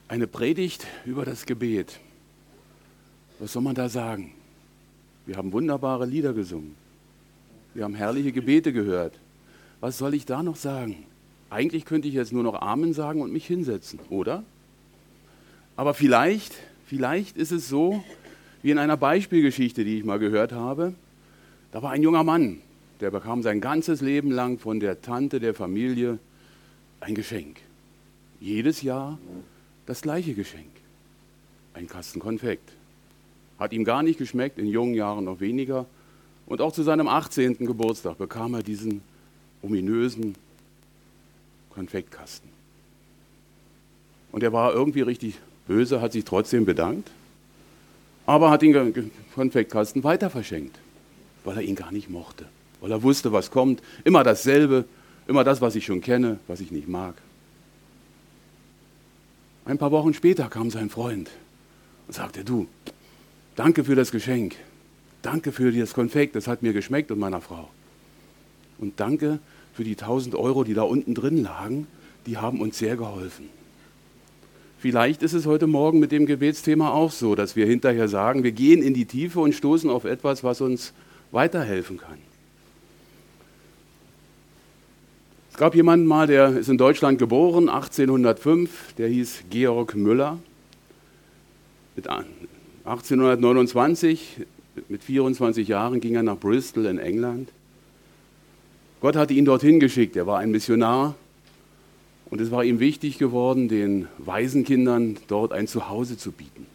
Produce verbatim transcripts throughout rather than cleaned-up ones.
Eine Predigt über das Gebet. Was soll man da sagen? Wir haben wunderbare Lieder gesungen. Wir haben herrliche Gebete gehört. Was soll ich da noch sagen? Eigentlich könnte ich jetzt nur noch Amen sagen und mich hinsetzen, oder? Aber vielleicht, vielleicht ist es so, wie in einer Beispielgeschichte, die ich mal gehört habe. Da war ein junger Mann, der bekam sein ganzes Leben lang von der Tante der Familie ein Geschenk. Jedes Jahr das gleiche Geschenk. Ein Kasten Konfekt. Hat ihm gar nicht geschmeckt, in jungen Jahren noch weniger. Und auch zu seinem achtzehnten Geburtstag bekam er diesen ominösen Konfektkasten. Und er war irgendwie richtig böse, hat sich trotzdem bedankt, aber hat den Konfektkasten weiter verschenkt, weil er ihn gar nicht mochte, weil er wusste, was kommt. Immer dasselbe, immer das, was ich schon kenne, was ich nicht mag. Ein paar Wochen später kam sein Freund und sagte, du, danke für das Geschenk, danke für das Konfekt, das hat mir geschmeckt und meiner Frau. Und danke für die tausend Euro, die da unten drin lagen, die haben uns sehr geholfen. Vielleicht ist es heute Morgen mit dem Gebetsthema auch so, dass wir hinterher sagen, wir gehen in die Tiefe und stoßen auf etwas, was uns weiterhelfen kann. Es gab jemanden mal, der ist in Deutschland geboren, achtzehnhundertfünf, der hieß Georg Müller. Mit achtzehnhundertneunundzwanzig, mit vierundzwanzig Jahren, ging er nach Bristol in England. Gott hatte ihn dorthin geschickt, er war ein Missionar und es war ihm wichtig geworden, den Waisenkindern dort ein Zuhause zu bieten.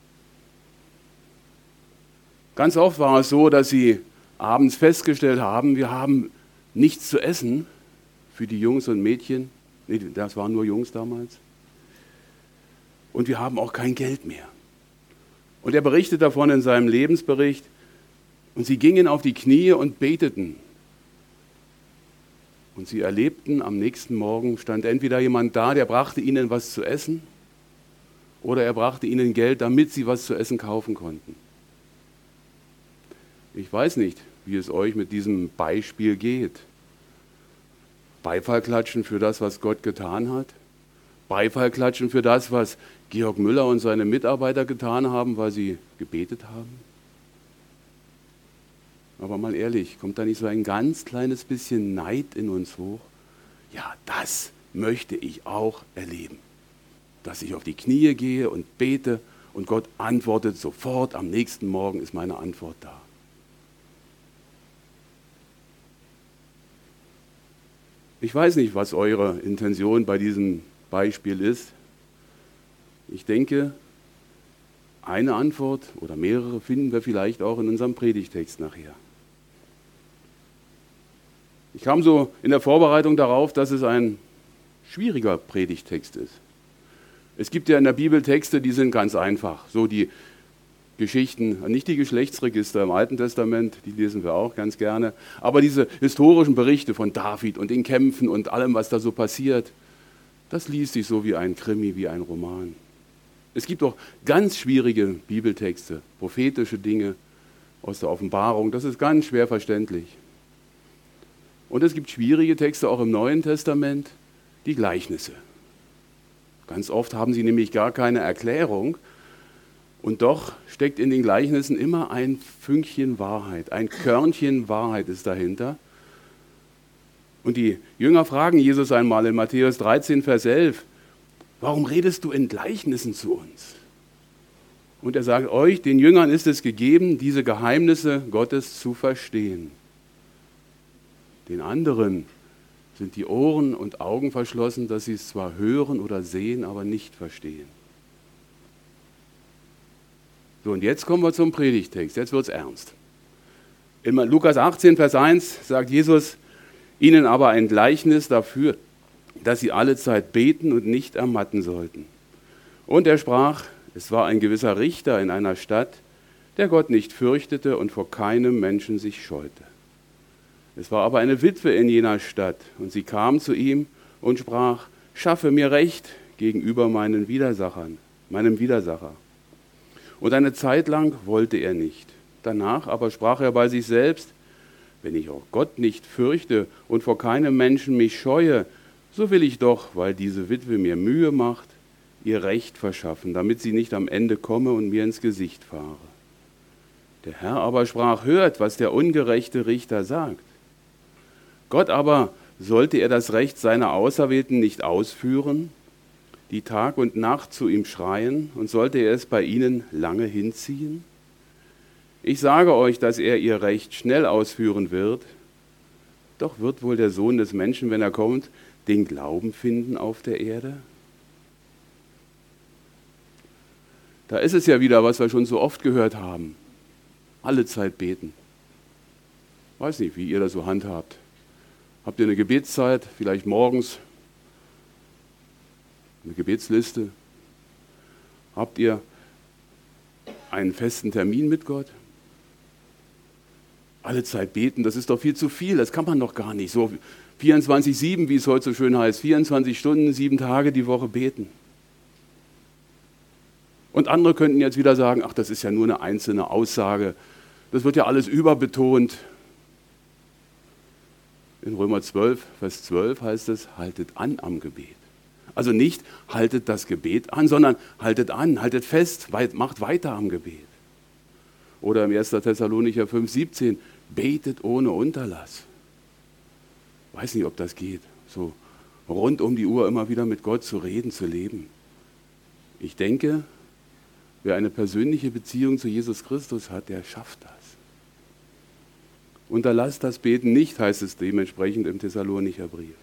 Ganz oft war es so, dass sie abends festgestellt haben, wir haben nichts zu essen für die Jungs und Mädchen, nee, das waren nur Jungs damals, und wir haben auch kein Geld mehr. Und er berichtet davon in seinem Lebensbericht, und sie gingen auf die Knie und beteten. Und sie erlebten, am nächsten Morgen stand entweder jemand da, der brachte ihnen was zu essen, oder er brachte ihnen Geld, damit sie was zu essen kaufen konnten. Ich weiß nicht, wie es euch mit diesem Beispiel geht. Beifall klatschen für das, was Gott getan hat? Beifall klatschen für das, was Georg Müller und seine Mitarbeiter getan haben, weil sie gebetet haben? Aber mal ehrlich, kommt da nicht so ein ganz kleines bisschen Neid in uns hoch? Ja, das möchte ich auch erleben. Dass ich auf die Knie gehe und bete und Gott antwortet sofort, am nächsten Morgen ist meine Antwort da. Ich weiß nicht, was eure Intention bei diesem Beispiel ist. Ich denke, eine Antwort oder mehrere finden wir vielleicht auch in unserem Predigtext nachher. Ich kam so in der Vorbereitung darauf, dass es ein schwieriger Predigtext ist. Es gibt ja in der Bibel Texte, die sind ganz einfach. So die Geschichten, nicht die Geschlechtsregister im Alten Testament, die lesen wir auch ganz gerne, aber diese historischen Berichte von David und den Kämpfen und allem, was da so passiert, das liest sich so wie ein Krimi, wie ein Roman. Es gibt auch ganz schwierige Bibeltexte, prophetische Dinge aus der Offenbarung, das ist ganz schwer verständlich. Und es gibt schwierige Texte auch im Neuen Testament, die Gleichnisse. Ganz oft haben sie nämlich gar keine Erklärung und doch steckt in den Gleichnissen immer ein Fünkchen Wahrheit, ein Körnchen Wahrheit ist dahinter. Und die Jünger fragen Jesus einmal in Matthäus dreizehn, Vers elf, warum redest du in Gleichnissen zu uns? Und er sagt, euch, den Jüngern ist es gegeben, diese Geheimnisse Gottes zu verstehen. Den anderen sind die Ohren und Augen verschlossen, dass sie es zwar hören oder sehen, aber nicht verstehen. So, und jetzt kommen wir zum Predigtext, jetzt wird es ernst. In Lukas achtzehn, Vers eins sagt Jesus, ihnen aber ein Gleichnis dafür, dass sie alle Zeit beten und nicht ermatten sollten. Und er sprach, es war ein gewisser Richter in einer Stadt, der Gott nicht fürchtete und vor keinem Menschen sich scheute. Es war aber eine Witwe in jener Stadt, und sie kam zu ihm und sprach, schaffe mir Recht gegenüber meinen Widersachern, meinem Widersacher. Und eine Zeit lang wollte er nicht. Danach aber sprach er bei sich selbst, wenn ich auch Gott nicht fürchte und vor keinem Menschen mich scheue, so will ich doch, weil diese Witwe mir Mühe macht, ihr Recht verschaffen, damit sie nicht am Ende komme und mir ins Gesicht fahre. Der Herr aber sprach, hört, was der ungerechte Richter sagt. Gott aber, sollte er das Recht seiner Auserwählten nicht ausführen, die Tag und Nacht zu ihm schreien, und sollte er es bei ihnen lange hinziehen? Ich sage euch, dass er ihr Recht schnell ausführen wird. Doch wird wohl der Sohn des Menschen, wenn er kommt, den Glauben finden auf der Erde? Da ist es ja wieder, was wir schon so oft gehört haben. Alle Zeit beten. Weiß nicht, wie ihr das so handhabt. Habt ihr eine Gebetszeit, vielleicht morgens, eine Gebetsliste? Habt ihr einen festen Termin mit Gott? Alle Zeit beten, das ist doch viel zu viel, das kann man doch gar nicht. So vierundzwanzig sieben, wie es heute so schön heißt, vierundzwanzig Stunden, sieben Tage die Woche beten. Und andere könnten jetzt wieder sagen, ach, das ist ja nur eine einzelne Aussage, das wird ja alles überbetont. In Römer zwölf, Vers zwölf heißt es, haltet an am Gebet. Also nicht haltet das Gebet an, sondern haltet an, haltet fest, weit, macht weiter am Gebet. Oder im ersten Thessalonicher fünf, siebzehn, betet ohne Unterlass. Weiß nicht, ob das geht, so rund um die Uhr immer wieder mit Gott zu reden, zu leben. Ich denke, wer eine persönliche Beziehung zu Jesus Christus hat, der schafft das. Unterlasst das Beten nicht, heißt es dementsprechend im Thessalonicher Brief.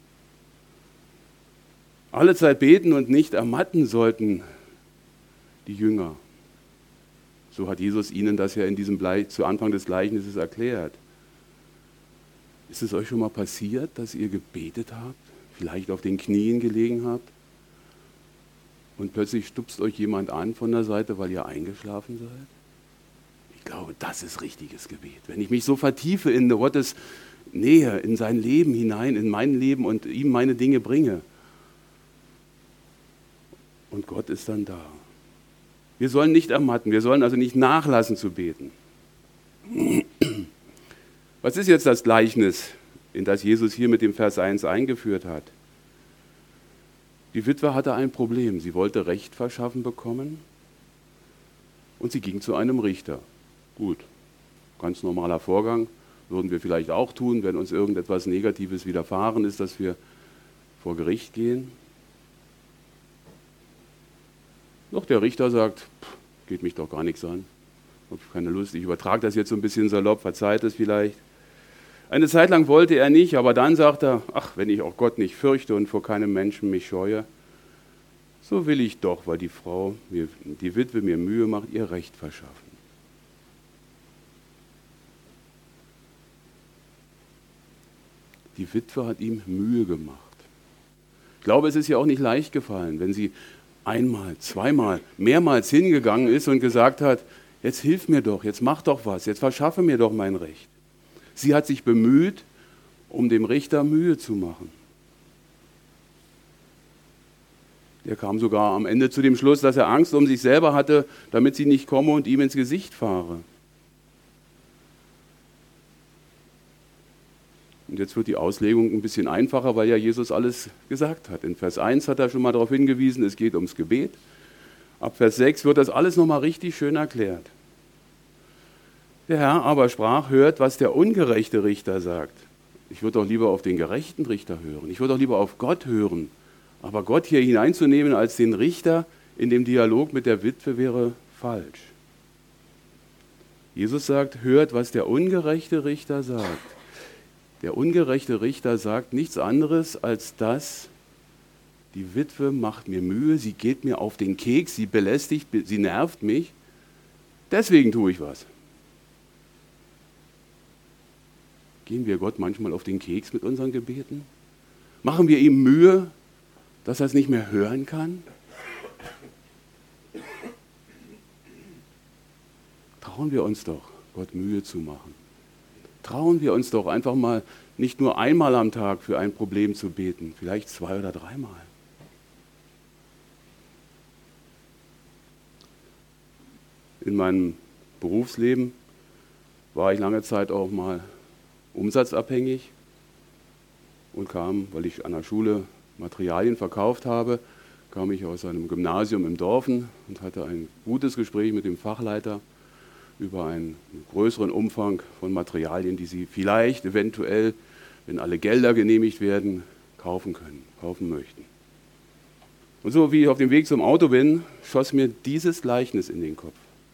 Alle Zeit beten und nicht ermatten sollten die Jünger. So hat Jesus ihnen das ja in diesem Ble- zu Anfang des Gleichnisses erklärt. Ist es euch schon mal passiert, dass ihr gebetet habt, vielleicht auf den Knien gelegen habt und plötzlich stupst euch jemand an von der Seite, weil ihr eingeschlafen seid? Ich glaube, das ist richtiges Gebet. Wenn ich mich so vertiefe in Gottes Nähe, in sein Leben hinein, in mein Leben und ihm meine Dinge bringe. Und Gott ist dann da. Wir sollen nicht ermatten, wir sollen also nicht nachlassen zu beten. Was ist jetzt das Gleichnis, in das Jesus hier mit dem Vers eins eingeführt hat? Die Witwe hatte ein Problem. Sie wollte Recht verschaffen bekommen und sie ging zu einem Richter. Gut, ganz normaler Vorgang, würden wir vielleicht auch tun, wenn uns irgendetwas Negatives widerfahren ist, dass wir vor Gericht gehen. Doch der Richter sagt, pff, geht mich doch gar nichts an, habe keine Lust, ich übertrage das jetzt so ein bisschen salopp, verzeiht es vielleicht. Eine Zeit lang wollte er nicht, aber dann sagt er, ach, wenn ich auch Gott nicht fürchte und vor keinem Menschen mich scheue, so will ich doch, weil die Frau, mir, die Witwe mir Mühe macht, ihr Recht verschaffen. Die Witwe hat ihm Mühe gemacht. Ich glaube, es ist ihr auch nicht leicht gefallen, wenn sie einmal, zweimal, mehrmals hingegangen ist und gesagt hat, jetzt hilf mir doch, jetzt mach doch was, jetzt verschaffe mir doch mein Recht. Sie hat sich bemüht, um dem Richter Mühe zu machen. Der kam sogar am Ende zu dem Schluss, dass er Angst um sich selber hatte, damit sie nicht komme und ihm ins Gesicht fahre. Und jetzt wird die Auslegung ein bisschen einfacher, weil ja Jesus alles gesagt hat. In Vers eins hat er schon mal darauf hingewiesen, es geht ums Gebet. Ab Vers sechs wird das alles nochmal richtig schön erklärt. Der Herr aber sprach, hört, was der ungerechte Richter sagt. Ich würde doch lieber auf den gerechten Richter hören. Ich würde doch lieber auf Gott hören. Aber Gott hier hineinzunehmen als den Richter in dem Dialog mit der Witwe wäre falsch. Jesus sagt, hört, was der ungerechte Richter sagt. Der ungerechte Richter sagt nichts anderes als das, die Witwe macht mir Mühe, sie geht mir auf den Keks, sie belästigt, sie nervt mich, deswegen tue ich was. Gehen wir Gott manchmal auf den Keks mit unseren Gebeten? Machen wir ihm Mühe, dass er es nicht mehr hören kann? Trauen wir uns doch, Gott Mühe zu machen. Trauen wir uns doch einfach mal nicht nur einmal am Tag für ein Problem zu beten, vielleicht zwei oder dreimal. In meinem Berufsleben war ich lange Zeit auch mal umsatzabhängig und kam, weil ich an der Schule Materialien verkauft habe, kam ich aus einem Gymnasium im Dorfen und hatte ein gutes Gespräch mit dem Fachleiter über einen größeren Umfang von Materialien, die Sie vielleicht, eventuell, wenn alle Gelder genehmigt werden, kaufen können, kaufen möchten. Und so wie ich auf dem Weg zum Auto bin, schoss mir dieses Gleichnis in den Kopf,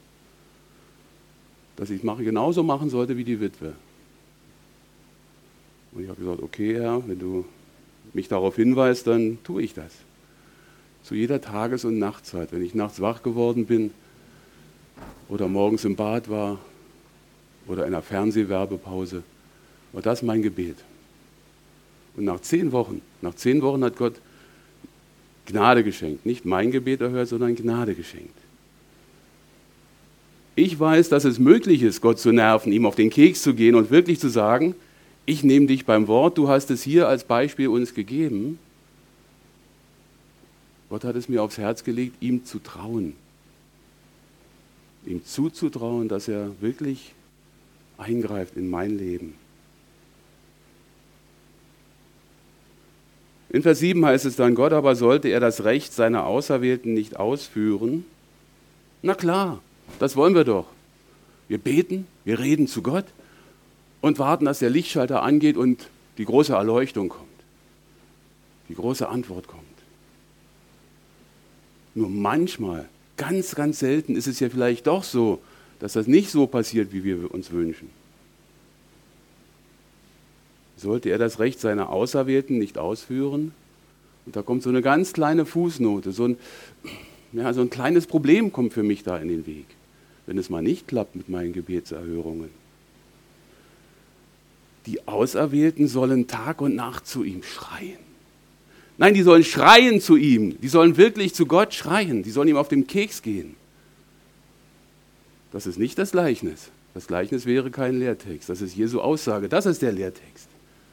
dass ich es genauso machen sollte wie die Witwe. Und ich habe gesagt, okay Herr, wenn du mich darauf hinweist, dann tue ich das. Zu jeder Tages- und Nachtzeit, wenn ich nachts wach geworden bin oder morgens im Bad war oder in einer Fernsehwerbepause, war das mein Gebet. Und nach zehn Wochen, nach zehn Wochen hat Gott Gnade geschenkt. Nicht mein Gebet erhört, sondern Gnade geschenkt. Ich weiß, dass es möglich ist, Gott zu nerven, ihm auf den Keks zu gehen und wirklich zu sagen, ich nehme dich beim Wort, du hast es hier als Beispiel uns gegeben. Gott hat es mir aufs Herz gelegt, ihm zu trauen. Ihm zuzutrauen, dass er wirklich eingreift in mein Leben. In Vers sieben heißt es dann, Gott aber sollte er das Recht seiner Auserwählten nicht ausführen. Na klar, das wollen wir doch. Wir beten, wir reden zu Gott und warten, dass der Lichtschalter angeht und die große Erleuchtung kommt. Die große Antwort kommt. Nur manchmal, ganz, ganz selten ist es ja vielleicht doch so, dass das nicht so passiert, wie wir uns wünschen. Sollte er das Recht seiner Auserwählten nicht ausführen? Und da kommt so eine ganz kleine Fußnote, so ein, ja, so ein kleines Problem kommt für mich da in den Weg, wenn es mal nicht klappt mit meinen Gebetserhörungen. Die Auserwählten sollen Tag und Nacht zu ihm schreien. Nein, die sollen schreien zu ihm. Die sollen wirklich zu Gott schreien. Die sollen ihm auf den Keks gehen. Das ist nicht das Gleichnis. Das Gleichnis wäre kein Lehrtext. Das ist Jesu Aussage. Das ist der Lehrtext.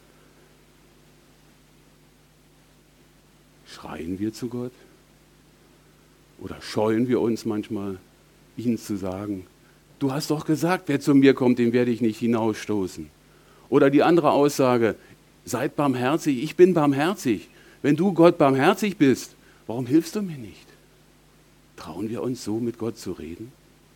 Schreien wir zu Gott? Oder scheuen wir uns manchmal, ihm zu sagen, du hast doch gesagt, wer zu mir kommt, den werde ich nicht hinausstoßen. Oder die andere Aussage, seid barmherzig, ich bin barmherzig. Wenn du Gott barmherzig bist, warum hilfst du mir nicht? Trauen wir uns so mit Gott zu reden?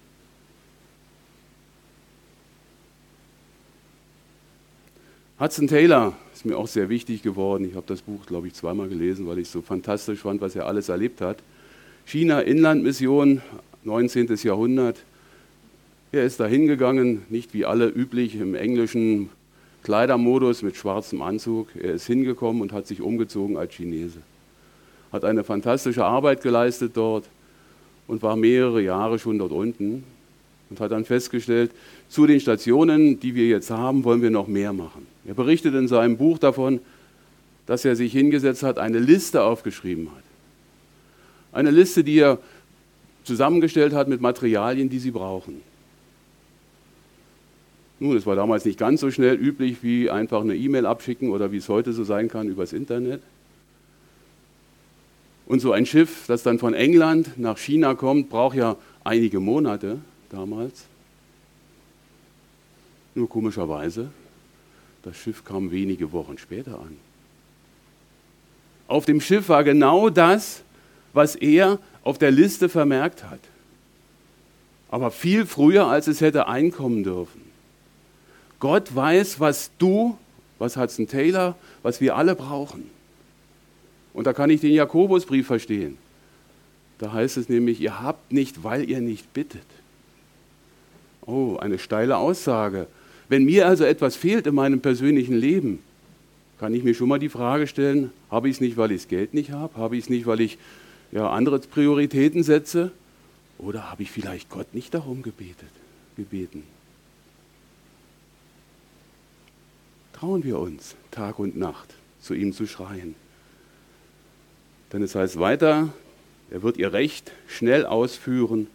Hudson Taylor ist mir auch sehr wichtig geworden. Ich habe das Buch, glaube ich, zweimal gelesen, weil ich es so fantastisch fand, was er alles erlebt hat. China-Inlandmission, neunzehnten. Jahrhundert. Er ist da hingegangen, nicht wie alle üblich im englischen Kleidermodus mit schwarzem Anzug. Er ist hingekommen und hat sich umgezogen als Chinese. Hat eine fantastische Arbeit geleistet dort und war mehrere Jahre schon dort unten und hat dann festgestellt, zu den Stationen, die wir jetzt haben, wollen wir noch mehr machen. Er berichtet in seinem Buch davon, dass er sich hingesetzt hat, eine Liste aufgeschrieben hat. Eine Liste, die er zusammengestellt hat mit Materialien, die sie brauchen. Nun, es war damals nicht ganz so schnell üblich, wie einfach eine E-Mail abschicken oder wie es heute so sein kann übers Internet. Und so ein Schiff, das dann von England nach China kommt, braucht ja einige Monate damals. Nur komischerweise, das Schiff kam wenige Wochen später an. Auf dem Schiff war genau das, was er auf der Liste vermerkt hat. Aber viel früher, als es hätte einkommen dürfen. Gott weiß, was du, was Hudson Taylor, was wir alle brauchen. Und da kann ich den Jakobusbrief verstehen. Da heißt es nämlich, ihr habt nicht, weil ihr nicht bittet. Oh, eine steile Aussage. Wenn mir also etwas fehlt in meinem persönlichen Leben, kann ich mir schon mal die Frage stellen, habe ich es nicht, weil ich das Geld nicht habe? Habe ich es nicht, weil ich ja, andere Prioritäten setze? Oder habe ich vielleicht Gott nicht darum gebetet, gebeten? Trauen wir uns, Tag und Nacht zu ihm zu schreien. Denn es heißt weiter, er wird ihr Recht schnell ausführen.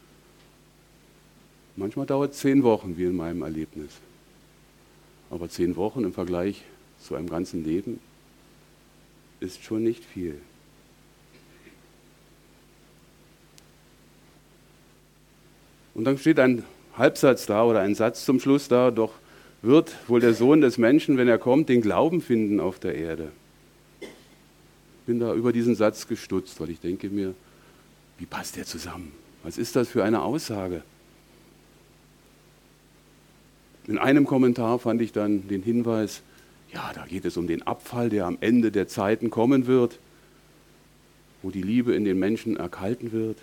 Manchmal dauert es zehn Wochen, wie in meinem Erlebnis. Aber zehn Wochen im Vergleich zu einem ganzen Leben ist schon nicht viel. Und dann steht ein Halbsatz da oder ein Satz zum Schluss da, doch wird wohl der Sohn des Menschen, wenn er kommt, den Glauben finden auf der Erde. bin da über diesen Satz gestutzt, weil ich denke mir, wie passt der zusammen? Was ist das für eine Aussage? In einem Kommentar fand ich dann den Hinweis, ja, da geht es um den Abfall, der am Ende der Zeiten kommen wird, wo die Liebe in den Menschen erkalten wird.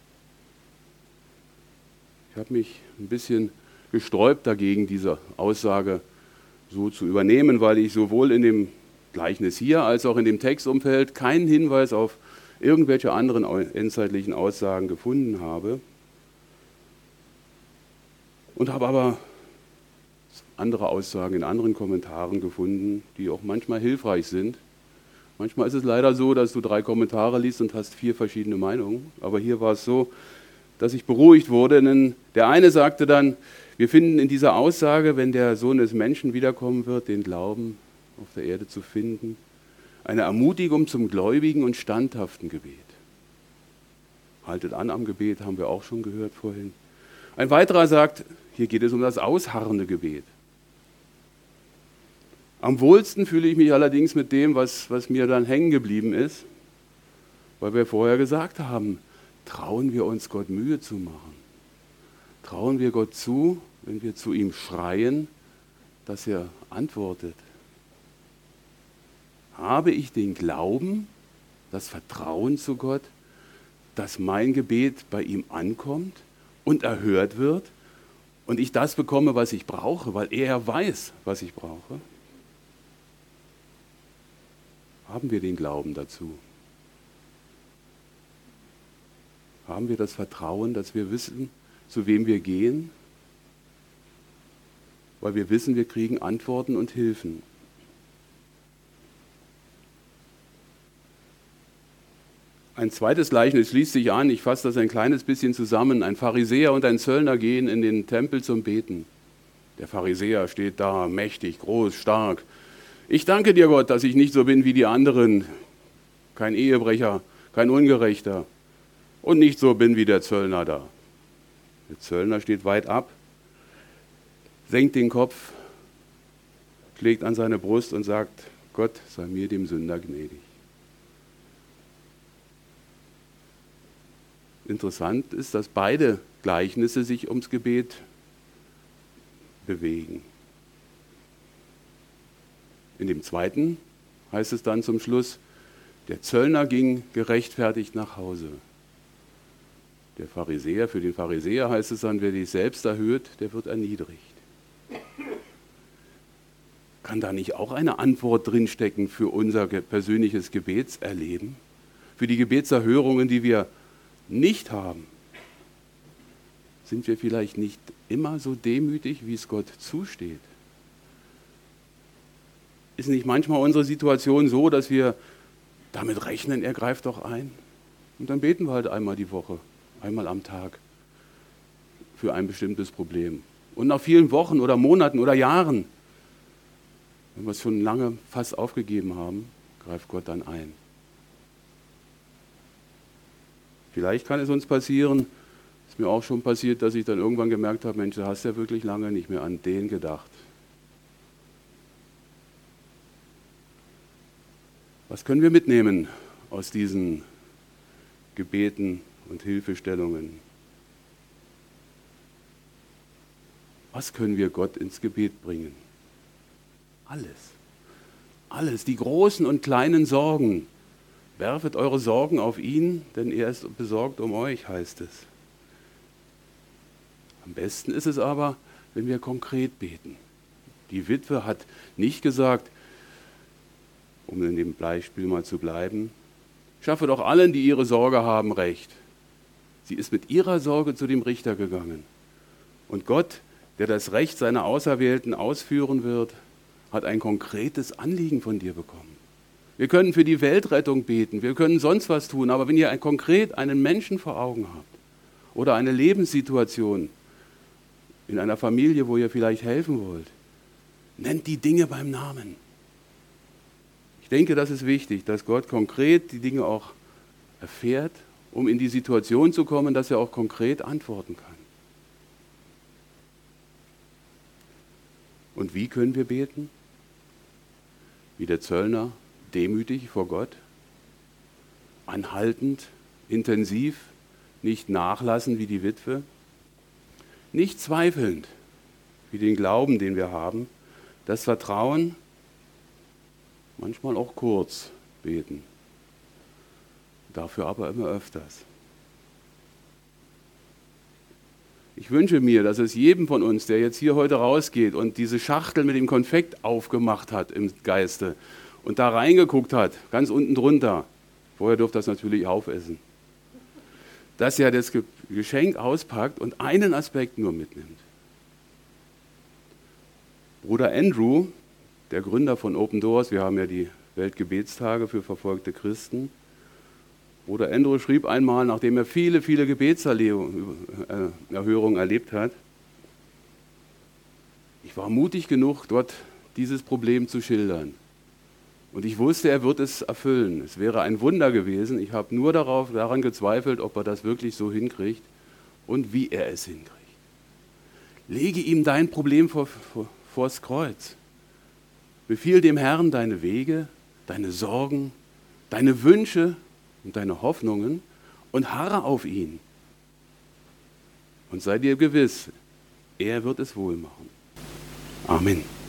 Ich habe mich ein bisschen gesträubt dagegen, diese Aussage so zu übernehmen, weil ich sowohl in dem Gleichnis hier als auch in dem Textumfeld keinen Hinweis auf irgendwelche anderen endzeitlichen Aussagen gefunden habe. Und habe aber andere Aussagen in anderen Kommentaren gefunden, die auch manchmal hilfreich sind. Manchmal ist es leider so, dass du drei Kommentare liest und hast vier verschiedene Meinungen. Aber hier war es so, dass ich beruhigt wurde, denn der eine sagte dann, wir finden in dieser Aussage, wenn der Sohn des Menschen wiederkommen wird, den Glauben auf der Erde zu finden, eine Ermutigung zum gläubigen und standhaften Gebet. Haltet an am Gebet, haben wir auch schon gehört vorhin. Ein weiterer sagt, hier geht es um das ausharrende Gebet. Am wohlsten fühle ich mich allerdings mit dem, was, was mir dann hängen geblieben ist, weil wir vorher gesagt haben, trauen wir uns Gott Mühe zu machen. Trauen wir Gott zu, wenn wir zu ihm schreien, dass er antwortet. Habe ich den Glauben, das Vertrauen zu Gott, dass mein Gebet bei ihm ankommt und erhört wird und ich das bekomme, was ich brauche, weil er weiß, was ich brauche? Haben wir den Glauben dazu? Haben wir das Vertrauen, dass wir wissen, zu wem wir gehen? Weil wir wissen, wir kriegen Antworten und Hilfen. Ein zweites Gleichnis schließt sich an, ich fasse das ein kleines bisschen zusammen. Ein Pharisäer und ein Zöllner gehen in den Tempel zum Beten. Der Pharisäer steht da, mächtig, groß, stark. Ich danke dir, Gott, dass ich nicht so bin wie die anderen, kein Ehebrecher, kein Ungerechter und nicht so bin wie der Zöllner da. Der Zöllner steht weit ab, senkt den Kopf, schlägt an seine Brust und sagt, Gott sei mir dem Sünder gnädig. Interessant ist, dass beide Gleichnisse sich ums Gebet bewegen. In dem zweiten heißt es dann zum Schluss, der Zöllner ging gerechtfertigt nach Hause. Der Pharisäer, für den Pharisäer heißt es dann, wer sich selbst erhöht, der wird erniedrigt. Kann da nicht auch eine Antwort drinstecken für unser persönliches Gebetserleben? Für die Gebetserhörungen, die wir nicht haben? Sind wir vielleicht nicht immer so demütig, wie es Gott zusteht? Ist nicht manchmal unsere Situation so, dass wir damit rechnen, er greift doch ein? Und dann beten wir halt einmal die Woche, einmal am Tag für ein bestimmtes Problem. Und nach vielen Wochen oder Monaten oder Jahren, wenn wir es schon lange fast aufgegeben haben, greift Gott dann ein. Vielleicht kann es uns passieren, ist mir auch schon passiert, dass ich dann irgendwann gemerkt habe, Mensch, du hast ja wirklich lange nicht mehr an den gedacht. Was können wir mitnehmen aus diesen Gebeten und Hilfestellungen? Was können wir Gott ins Gebet bringen? Alles. Alles, die großen und kleinen Sorgen. Werfet eure Sorgen auf ihn, denn er ist besorgt um euch, heißt es. Am besten ist es aber, wenn wir konkret beten. Die Witwe hat nicht gesagt, um in dem Beispiel mal zu bleiben, schaffe doch allen, die ihre Sorge haben, Recht. Sie ist mit ihrer Sorge zu dem Richter gegangen. Und Gott, der das Recht seiner Auserwählten ausführen wird, hat ein konkretes Anliegen von dir bekommen. Wir können für die Weltrettung beten, wir können sonst was tun, aber wenn ihr ein, konkret einen Menschen vor Augen habt oder eine Lebenssituation in einer Familie, wo ihr vielleicht helfen wollt, nennt die Dinge beim Namen. Ich denke, das ist wichtig, dass Gott konkret die Dinge auch erfährt, um in die Situation zu kommen, dass er auch konkret antworten kann. Und wie können wir beten? Wie der Zöllner, demütig vor Gott, anhaltend, intensiv, nicht nachlassen wie die Witwe, nicht zweifelnd wie den Glauben, den wir haben, das Vertrauen, manchmal auch kurz beten, dafür aber immer öfters. Ich wünsche mir, dass es jedem von uns, der jetzt hier heute rausgeht und diese Schachtel mit dem Konfekt aufgemacht hat im Geiste und da reingeguckt hat, ganz unten drunter, vorher dürft ihr das natürlich aufessen, dass er das Geschenk auspackt und einen Aspekt nur mitnimmt. Bruder Andrew, der Gründer von Open Doors, wir haben ja die Weltgebetstage für verfolgte Christen, Bruder Andrew schrieb einmal, nachdem er viele, viele Gebetserhörungen erlebt hat, ich war mutig genug, dort dieses Problem zu schildern. Und ich wusste, er wird es erfüllen. Es wäre ein Wunder gewesen. Ich habe nur darauf, daran gezweifelt, ob er das wirklich so hinkriegt und wie er es hinkriegt. Lege ihm dein Problem vor, vor, vors Kreuz. Befiehl dem Herrn deine Wege, deine Sorgen, deine Wünsche und deine Hoffnungen und harre auf ihn. Und sei dir gewiss, er wird es wohl machen. Amen.